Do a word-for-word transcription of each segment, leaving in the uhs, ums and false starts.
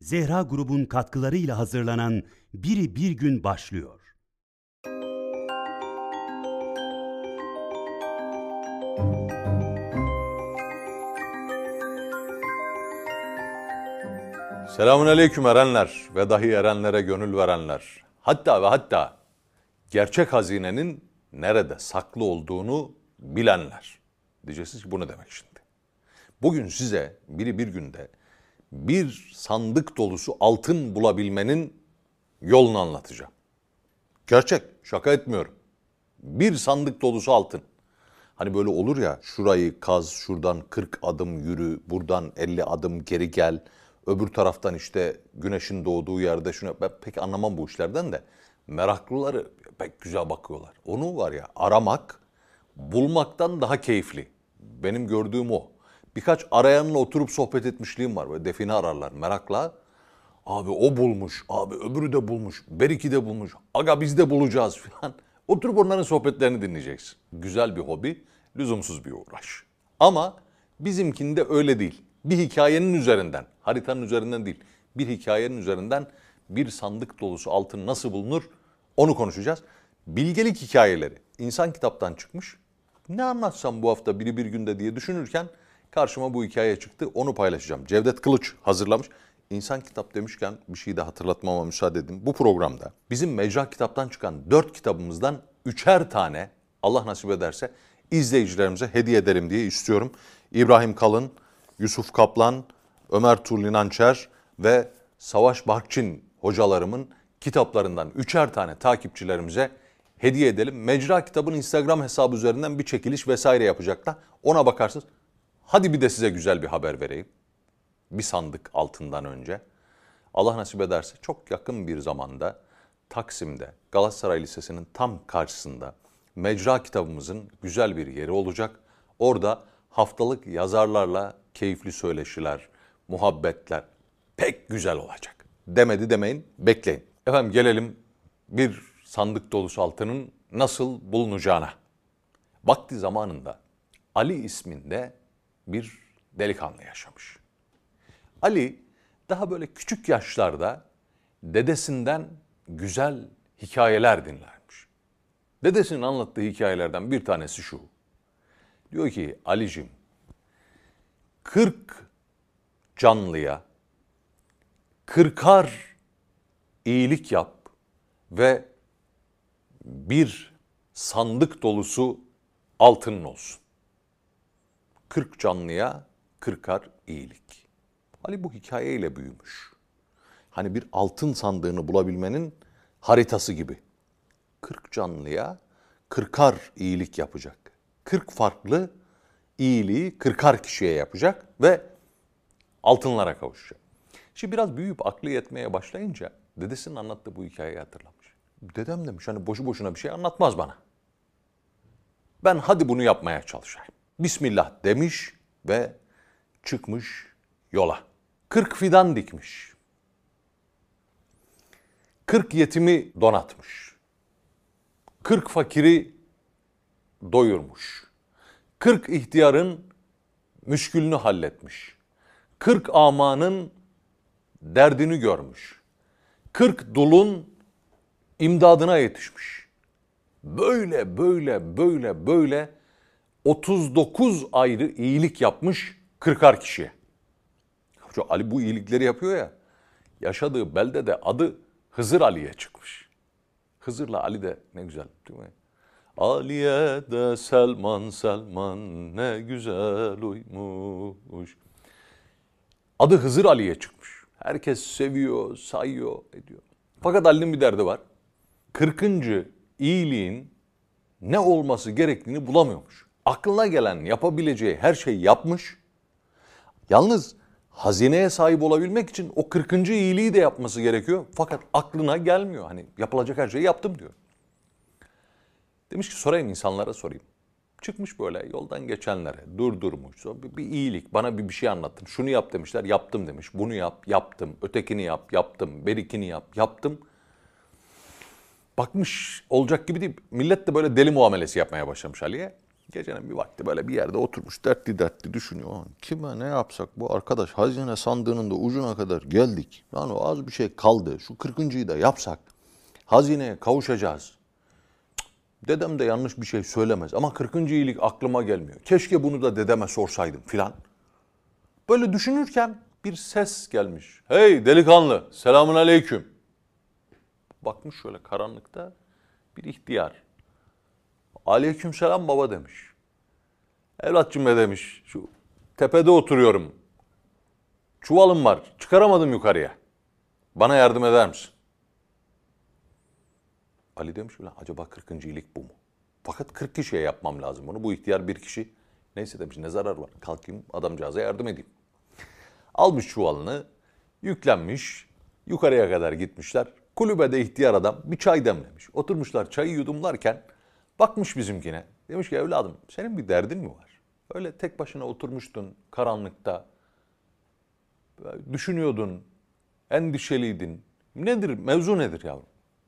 Zehra Grubun katkılarıyla hazırlanan Biri Bir Gün başlıyor. Selamünaleyküm erenler ve dahi erenlere gönül verenler. Hatta ve hatta gerçek hazinenin nerede saklı olduğunu bilenler. Diyeceksiniz ki bu ne demek şimdi? Bugün size biri bir günde bir sandık dolusu altın bulabilmenin yolunu anlatacağım. Gerçek, şaka etmiyorum. Bir sandık dolusu altın. Hani böyle olur ya, şurayı kaz, şuradan kırk adım yürü, buradan elli adım geri gel. Öbür taraftan işte güneşin doğduğu yerde şunu, ben pek anlamam bu işlerden de. Meraklıları pek güzel bakıyorlar. Onu var ya, aramak bulmaktan daha keyifli. Benim gördüğüm o. Birkaç arayanla oturup sohbet etmişliğim var. Böyle define ararlar merakla. Abi o bulmuş, abi öbürü de bulmuş, beriki de bulmuş. Aga biz de bulacağız falan. Oturup onların sohbetlerini dinleyeceksin. Güzel bir hobi, lüzumsuz bir uğraş. Ama bizimkinde öyle değil. Bir hikayenin üzerinden, haritanın üzerinden değil, bir hikayenin üzerinden bir sandık dolusu altın nasıl bulunur onu konuşacağız. Bilgelik hikayeleri insan kitaptan çıkmış. Ne anlatsam bu hafta biri bir günde diye düşünürken karşıma bu hikaye çıktı. Onu paylaşacağım. Cevdet Kılıç hazırlamış. İnsan kitap demişken bir şey de hatırlatmama müsaade edin. Bu programda bizim Mecra Kitap'tan çıkan dört kitabımızdan üçer tane Allah nasip ederse izleyicilerimize hediye ederim diye istiyorum. İbrahim Kalın, Yusuf Kaplan, Ömer Tuğrul Nançer ve Savaş Barkçin hocalarımın kitaplarından üçer tane takipçilerimize hediye edelim. Mecra Kitab'ın Instagram hesabı üzerinden bir çekiliş vesaire yapacaklar. Ona bakarsınız. Hadi bir de size güzel bir haber vereyim. Bir sandık altından önce. Allah nasip ederse çok yakın bir zamanda Taksim'de Galatasaray Lisesi'nin tam karşısında Mecra Kitabımızın güzel bir yeri olacak. Orada haftalık yazarlarla keyifli söyleşiler, muhabbetler pek güzel olacak. Demedi demeyin, bekleyin. Efendim gelelim bir sandık dolusu altının nasıl bulunacağına. Vakti zamanında Ali isminde bir delikanlı yaşamış. Ali daha böyle küçük yaşlarda dedesinden güzel hikayeler dinlermiş. Dedesinin anlattığı hikayelerden bir tanesi şu. Diyor ki Ali'cim, kırk canlıya kırkar iyilik yap ve bir sandık dolusu altının olsun. Kırk canlıya kırkar iyilik. Ali bu hikayeyle büyümüş. Hani bir altın sandığını bulabilmenin haritası gibi. Kırk canlıya kırkar iyilik yapacak. Kırk farklı iyiliği kırkar kişiye yapacak ve altınlara kavuşacak. Şimdi biraz büyüyüp aklı yetmeye başlayınca dedesinin anlattığı bu hikayeyi hatırlamış. Dedem demiş hani boşu boşuna bir şey anlatmaz bana. Ben hadi bunu yapmaya çalışayım. Bismillah demiş ve çıkmış yola. Kırk fidan dikmiş. Kırk yetimi donatmış. Kırk fakiri doyurmuş. Kırk ihtiyarın müşkülünü halletmiş. Kırk amanın derdini görmüş. Kırk dulun imdadına yetişmiş. Böyle böyle böyle böyle otuz dokuz ayrı iyilik yapmış kırkar kişiye. Ali bu iyilikleri yapıyor ya, yaşadığı beldede adı Hızır Ali'ye çıkmış. Hızır'la Ali de ne güzel değil mi? Ali'ye de Selman Selman ne güzel uymuş. Adı Hızır Ali'ye çıkmış. Herkes seviyor, sayıyor, ediyor. Fakat Ali'nin bir derdi var. Kırkıncı iyiliğin ne olması gerektiğini bulamıyormuş. Aklına gelen yapabileceği her şeyi yapmış. Yalnız hazineye sahip olabilmek için o kırkıncı iyiliği de yapması gerekiyor. Fakat aklına gelmiyor. Hani yapılacak her şeyi yaptım diyor. Demiş ki sorayım insanlara sorayım. Çıkmış böyle yoldan geçenlere durdurmuş. Bir, bir iyilik bana bir, bir şey anlattın. Şunu yap demişler yaptım demiş. Bunu yap yaptım. Ötekini yap yaptım. Berikini yap yaptım. Bakmış olacak gibi değil. Millet de böyle deli muamelesi yapmaya başlamış Ali'ye. Gecenin bir vakti böyle bir yerde oturmuş dertli dertli düşünüyor. "Ulan kime ne yapsak bu arkadaş hazine sandığının da ucuna kadar geldik. Lan o az bir şey kaldı. Şu kırkıncıyı da yapsak hazineye kavuşacağız. Cık, dedem de yanlış bir şey söylemez ama kırkıncı iyilik aklıma gelmiyor. Keşke bunu da dedeme sorsaydım filan." Böyle düşünürken bir ses gelmiş. "Hey delikanlı, selamun aleyküm." Bakmış şöyle karanlıkta bir ihtiyar. "Aleyküm selam baba" demiş. "Evlatçım be" demiş. "Şu tepede oturuyorum. Çuvalım var. Çıkaramadım yukarıya. Bana yardım eder misin?" Ali demiş ki acaba kırkıncı iyilik bu mu? Fakat kırk kişiye yapmam lazım bunu. Bu ihtiyar bir kişi. Neyse demiş ne zarar var. Kalkayım adamcağıza yardım edeyim. Almış çuvalını, yüklenmiş, yukarıya kadar gitmişler. Kulübede ihtiyar adam bir çay demlemiş. Oturmuşlar çayı yudumlarken bakmış bizimkine. Demiş ki evladım senin bir derdin mi var? Öyle tek başına oturmuştun karanlıkta. Düşünüyordun, endişeliydin. Nedir, mevzu nedir yavrum?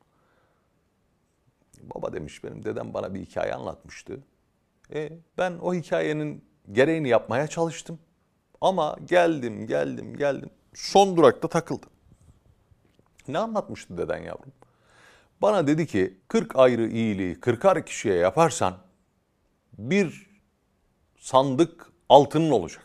Baba demiş benim dedem bana bir hikaye anlatmıştı. E, ben o hikayenin gereğini yapmaya çalıştım. Ama geldim, geldim, geldim. Son durakta takıldım. Ne anlatmıştı deden yavrum? Bana dedi ki kırk ayrı iyiliği kırkar kişiye yaparsan bir sandık altının olacak.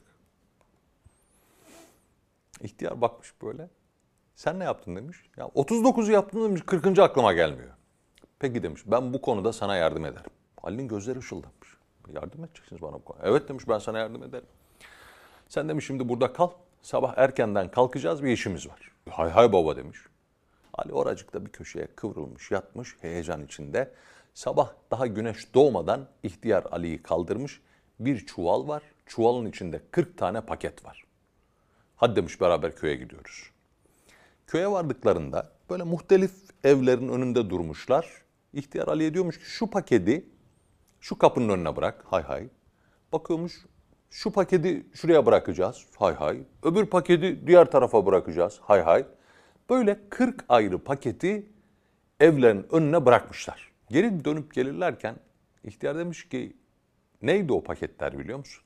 İhtiyar bakmış böyle. Sen ne yaptın demiş. Ya otuz dokuzu yaptım demiş, kırkıncı aklıma gelmiyor. Peki demiş ben bu konuda sana yardım ederim. Ali'nin gözleri ışıldamış. Yardım edeceksiniz bana bu konuda. Evet demiş ben sana yardım ederim. Sen demiş şimdi burada kal. Sabah erkenden kalkacağız bir işimiz var. Hay hay baba demiş. Ali oracıkta bir köşeye kıvrılmış yatmış heyecan içinde. Sabah daha güneş doğmadan ihtiyar Ali'yi kaldırmış. Bir çuval var. Çuvalın içinde kırk tane paket var. Hadi demiş beraber köye gidiyoruz. Köye vardıklarında böyle muhtelif evlerin önünde durmuşlar. İhtiyar Ali'ye diyormuş ki şu paketi şu kapının önüne bırak. Hay hay. Bakıyormuş şu paketi şuraya bırakacağız. Hay hay. Öbür paketi diğer tarafa bırakacağız. Hay hay. Böyle kırk ayrı paketi evlerin önüne bırakmışlar. Geri dönüp gelirlerken ihtiyar demiş ki neydi o paketler biliyor musun?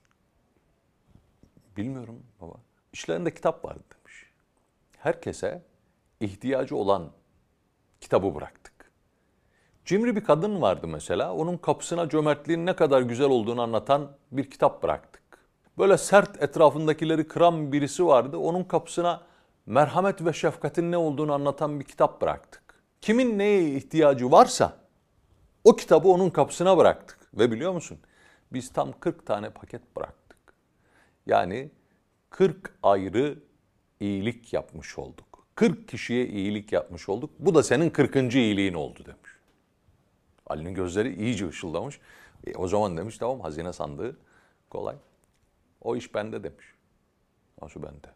Bilmiyorum baba. İşlerinde kitap vardı demiş. Herkese ihtiyacı olan kitabı bıraktık. Cimri bir kadın vardı mesela. Onun kapısına cömertliğin ne kadar güzel olduğunu anlatan bir kitap bıraktık. Böyle sert etrafındakileri kıran birisi vardı. Onun kapısına merhamet ve şefkatin ne olduğunu anlatan bir kitap bıraktık. Kimin neye ihtiyacı varsa o kitabı onun kapısına bıraktık. Ve biliyor musun? Biz tam kırk tane paket bıraktık. Yani kırk ayrı iyilik yapmış olduk. kırk kişiye iyilik yapmış olduk. Bu da senin kırkıncı iyiliğin oldu demiş. Ali'nin gözleri iyice ışıldamış. E, o zaman demiş tamam hazine sandığı kolay. O iş bende demiş. Nasıl bende?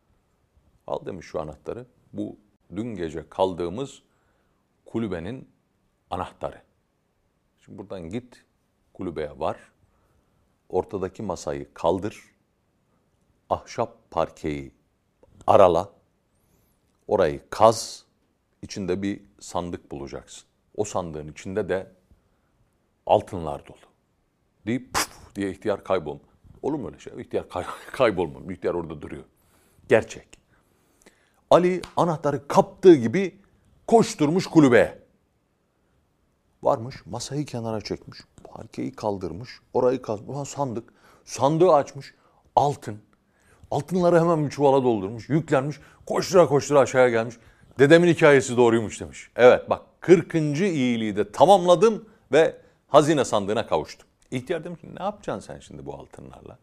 Al demiş şu anahtarı. Bu dün gece kaldığımız kulübenin anahtarı. Şimdi buradan git kulübeye var. Ortadaki masayı kaldır. Ahşap parkeyi arala. Orayı kaz. İçinde bir sandık bulacaksın. O sandığın içinde de altınlar dolu. Deyip puf diye ihtiyar kaybolma. Olur mu öyle şey? İhtiyar kay kaybolma. İhtiyar orada duruyor. Gerçek. Ali anahtarı kaptığı gibi koşturmuş kulübeye. Varmış masayı kenara çekmiş. Parkeyi kaldırmış. Orayı kazmış. Ulan sandık. Sandığı açmış. Altın. Altınları hemen bir çuvala doldurmuş. Yüklenmiş. Koştura koştura aşağıya gelmiş. Dedemin hikayesi doğruymuş demiş. Evet bak kırkıncı iyiliği de tamamladım ve hazine sandığına kavuştum. İhtiyar demiş ki ne yapacaksın sen şimdi bu altınlarla?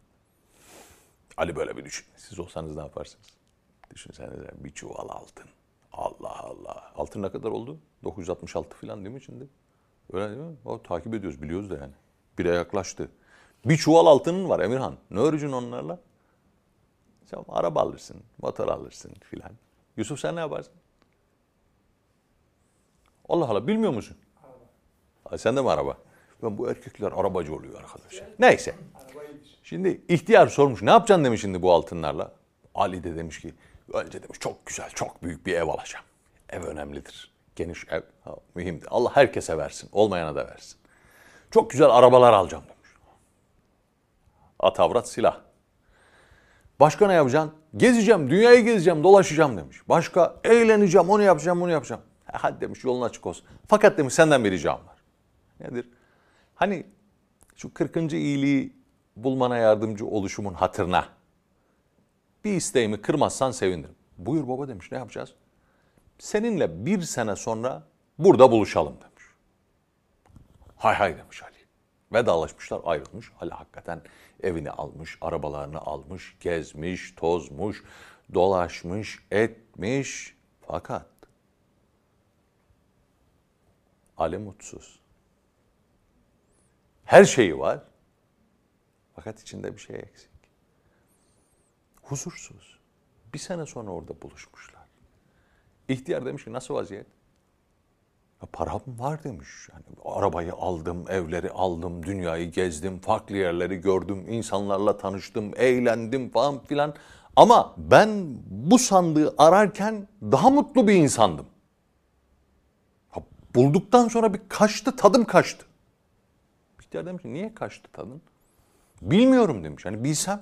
Ali böyle bir düşün. Siz olsanız ne yaparsınız? Düşünsenize bir çuval altın. Allah Allah. Altın ne kadar oldu? dokuz yüz altmış altı falan değil mi şimdi? Öyle değil mi? O, takip ediyoruz biliyoruz da yani. Bire yaklaştı. Bir çuval altının var Emirhan. Ne öreceksin onlarla? Sen araba alırsın, motor alırsın filan. Yusuf sen ne yaparsın? Allah Allah bilmiyor musun? Araba. Sen de mi araba? Ben bu erkekler arabacı oluyor arkadaş. Neyse. Şimdi ihtiyar sormuş ne yapacaksın demiş şimdi bu altınlarla. Ali de demiş ki önce demiş çok güzel çok büyük bir ev alacağım. Ev önemlidir. Geniş ev ha, mühimdir. Allah herkese versin. Olmayana da versin. Çok güzel arabalar alacağım demiş. Atavrat silah. Başka ne yapacaksın? Gezeceğim, dünyayı gezeceğim, dolaşacağım demiş. Başka eğleneceğim, onu yapacağım, bunu yapacağım. E hadi demiş, yolun açık olsun. Fakat demiş senden bir ricam var. Nedir? Hani şu kırkıncı iyiliği bulmana yardımcı oluşumun hatırına bir isteğimi kırmazsan sevinirim. Buyur baba demiş, ne yapacağız? Seninle bir sene sonra burada buluşalım demiş. Hay hay demiş Ali. Vedalaşmışlar, ayrılmış. Ali hakikaten evini almış, arabalarını almış, gezmiş, tozmuş, dolaşmış, etmiş. Fakat Ali mutsuz. Her şeyi var. Fakat içinde bir şey eksik. Huzursuz. Bir sene sonra orada buluşmuşlar. İhtiyar demiş ki nasıl vaziyet? Ya param var demiş. Yani arabayı aldım, evleri aldım, dünyayı gezdim, farklı yerleri gördüm, insanlarla tanıştım, eğlendim falan filan. Ama ben bu sandığı ararken daha mutlu bir insandım. Ya bulduktan sonra bir kaçtı, tadım kaçtı. İhtiyar demiş ki niye kaçtı tadın? Bilmiyorum demiş. Hani bilsem.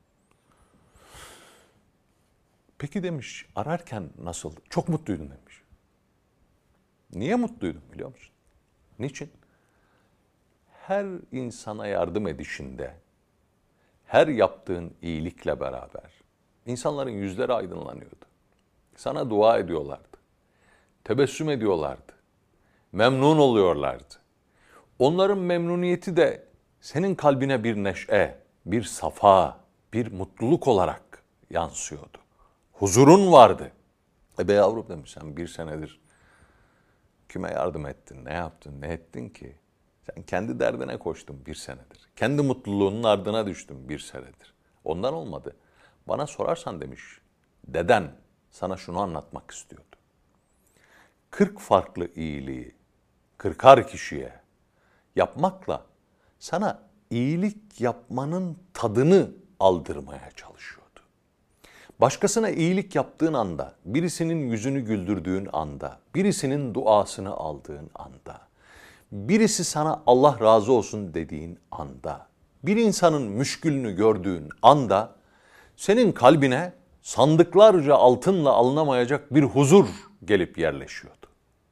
Peki demiş ararken nasıldı? Çok mutluydum demiş. Niye mutluydum biliyor musun? Niçin? Her insana yardım edişinde, her yaptığın iyilikle beraber insanların yüzleri aydınlanıyordu. Sana dua ediyorlardı. Tebessüm ediyorlardı. Memnun oluyorlardı. Onların memnuniyeti de senin kalbine bir neşe, bir safa, bir mutluluk olarak yansıyordu. Huzurun vardı. E be yavrum demiş sen bir senedir kime yardım ettin, ne yaptın, ne ettin ki? Sen kendi derdine koştun bir senedir. Kendi mutluluğunun ardına düştün bir senedir. Ondan olmadı. Bana sorarsan demiş, deden sana şunu anlatmak istiyordu. Kırk farklı iyiliği, kırkar kişiye yapmakla sana iyilik yapmanın tadını aldırmaya çalışıyordu. Başkasına iyilik yaptığın anda, birisinin yüzünü güldürdüğün anda, birisinin duasını aldığın anda, birisi sana Allah razı olsun dediğin anda, bir insanın müşkülünü gördüğün anda senin kalbine sandıklarca altınla alınamayacak bir huzur gelip yerleşiyordu.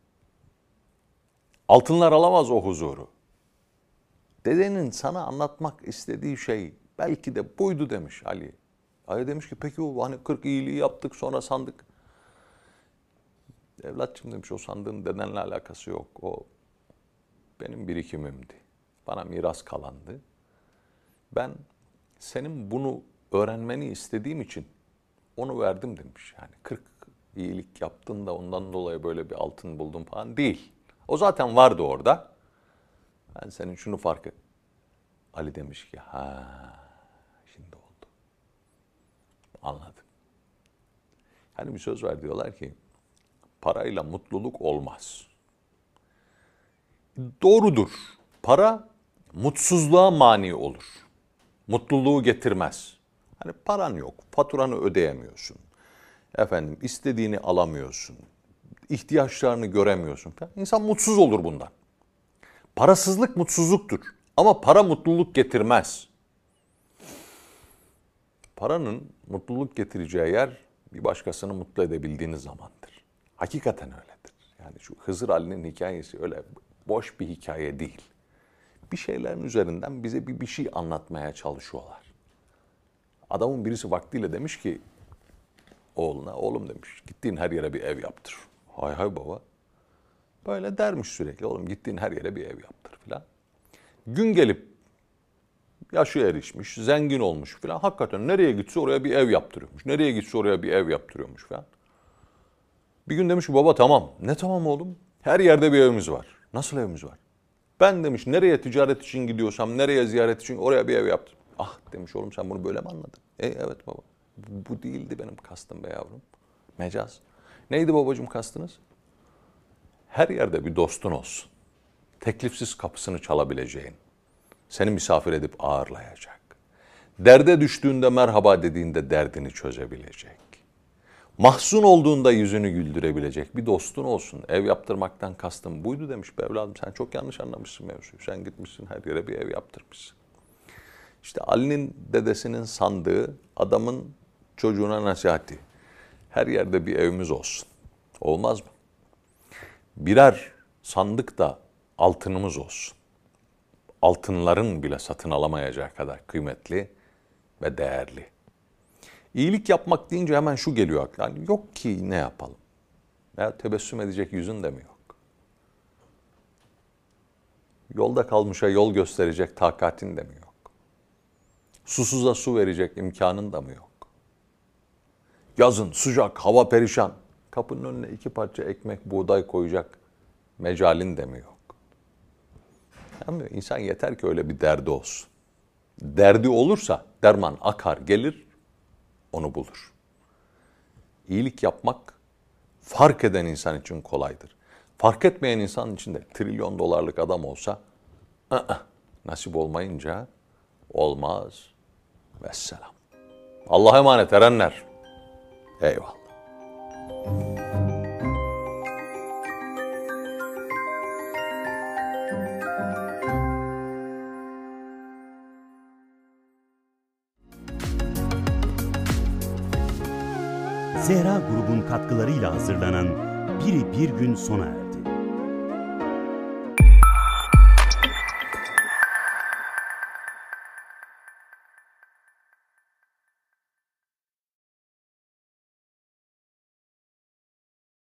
Altınlar alamaz o huzuru. Dedenin sana anlatmak istediği şey belki de buydu demiş Ali. Ali demiş ki peki o hani kırk iyiliği yaptık sonra sandık. Evlatçım demiş o sandığın dedenle alakası yok. O benim birikimimdi. Bana miras kalandı. Ben senin bunu öğrenmeni istediğim için onu verdim demiş. Yani kırk iyilik yaptın da ondan dolayı böyle bir altın buldum falan değil. O zaten vardı orada. Ben senin şunu fark et. Ali demiş ki ha şimdi oldu. Anladım. Hani bir söz var diyorlar ki parayla mutluluk olmaz. Doğrudur. Para mutsuzluğa mani olur. Mutluluğu getirmez. Hani paran yok, faturanı ödeyemiyorsun. Efendim istediğini alamıyorsun. İhtiyaçlarını göremiyorsun falan. İnsan mutsuz olur bundan. Parasızlık mutsuzluktur. Ama para mutluluk getirmez. Paranın mutluluk getireceği yer bir başkasını mutlu edebildiğiniz zamandır. Hakikaten öyledir. Yani şu Hızır Ali'nin hikayesi öyle boş bir hikaye değil. Bir şeylerin üzerinden bize bir, bir şey anlatmaya çalışıyorlar. Adamın birisi vaktiyle demiş ki oğluna, oğlum demiş gittiğin her yere bir ev yaptır. Hay hay baba. Böyle dermiş sürekli oğlum gittiğin her yere bir ev yaptır filan. Gün gelip yaşı erişmiş, zengin olmuş filan. Hakikaten nereye gitse oraya bir ev yaptırıyormuş. Nereye gitse oraya bir ev yaptırıyormuş filan. Bir gün demiş ki baba tamam. Ne tamam oğlum? Her yerde bir evimiz var. Nasıl evimiz var? Ben demiş nereye ticaret için gidiyorsam, nereye ziyaret için oraya bir ev yaptım. Ah demiş oğlum sen bunu böyle mi anladın? E evet baba. Bu, bu değildi benim kastım be yavrum. Mecaz. Neydi babacığım kastınız? Her yerde bir dostun olsun. Teklifsiz kapısını çalabileceğin. Seni misafir edip ağırlayacak. Derde düştüğünde merhaba dediğinde derdini çözebilecek. Mahzun olduğunda yüzünü güldürebilecek bir dostun olsun. Ev yaptırmaktan kastım buydu demiş be evladım. Sen çok yanlış anlamışsın mevzuyu. Sen gitmişsin her yere bir ev yaptırmışsın. İşte Ali'nin dedesinin sandığı adamın çocuğuna nasihati. Her yerde bir evimiz olsun. Olmaz mı? Birer sandık da altınımız olsun. Altınların bile satın alamayacağı kadar kıymetli ve değerli. İyilik yapmak deyince hemen şu geliyor akla. Yani yok ki ne yapalım? Ya tebessüm edecek yüzün de mi yok? Yolda kalmışa yol gösterecek takatin de mi yok? Susuza su verecek imkanın da mı yok? Yazın sıcak, hava perişan. Kapının önüne iki parça ekmek, buğday koyacak mecalin de mi yok? Yani insan yeter ki öyle bir derdi olsun. Derdi olursa derman akar gelir, onu bulur. İyilik yapmak fark eden insan için kolaydır. Fark etmeyen insan için de trilyon dolarlık adam olsa ı-ı, nasip olmayınca olmaz. Vesselam. Allah'a emanet erenler. Eyvallah. Zehra grubun katkılarıyla hazırlanan Biri Bir Gün sona erdi.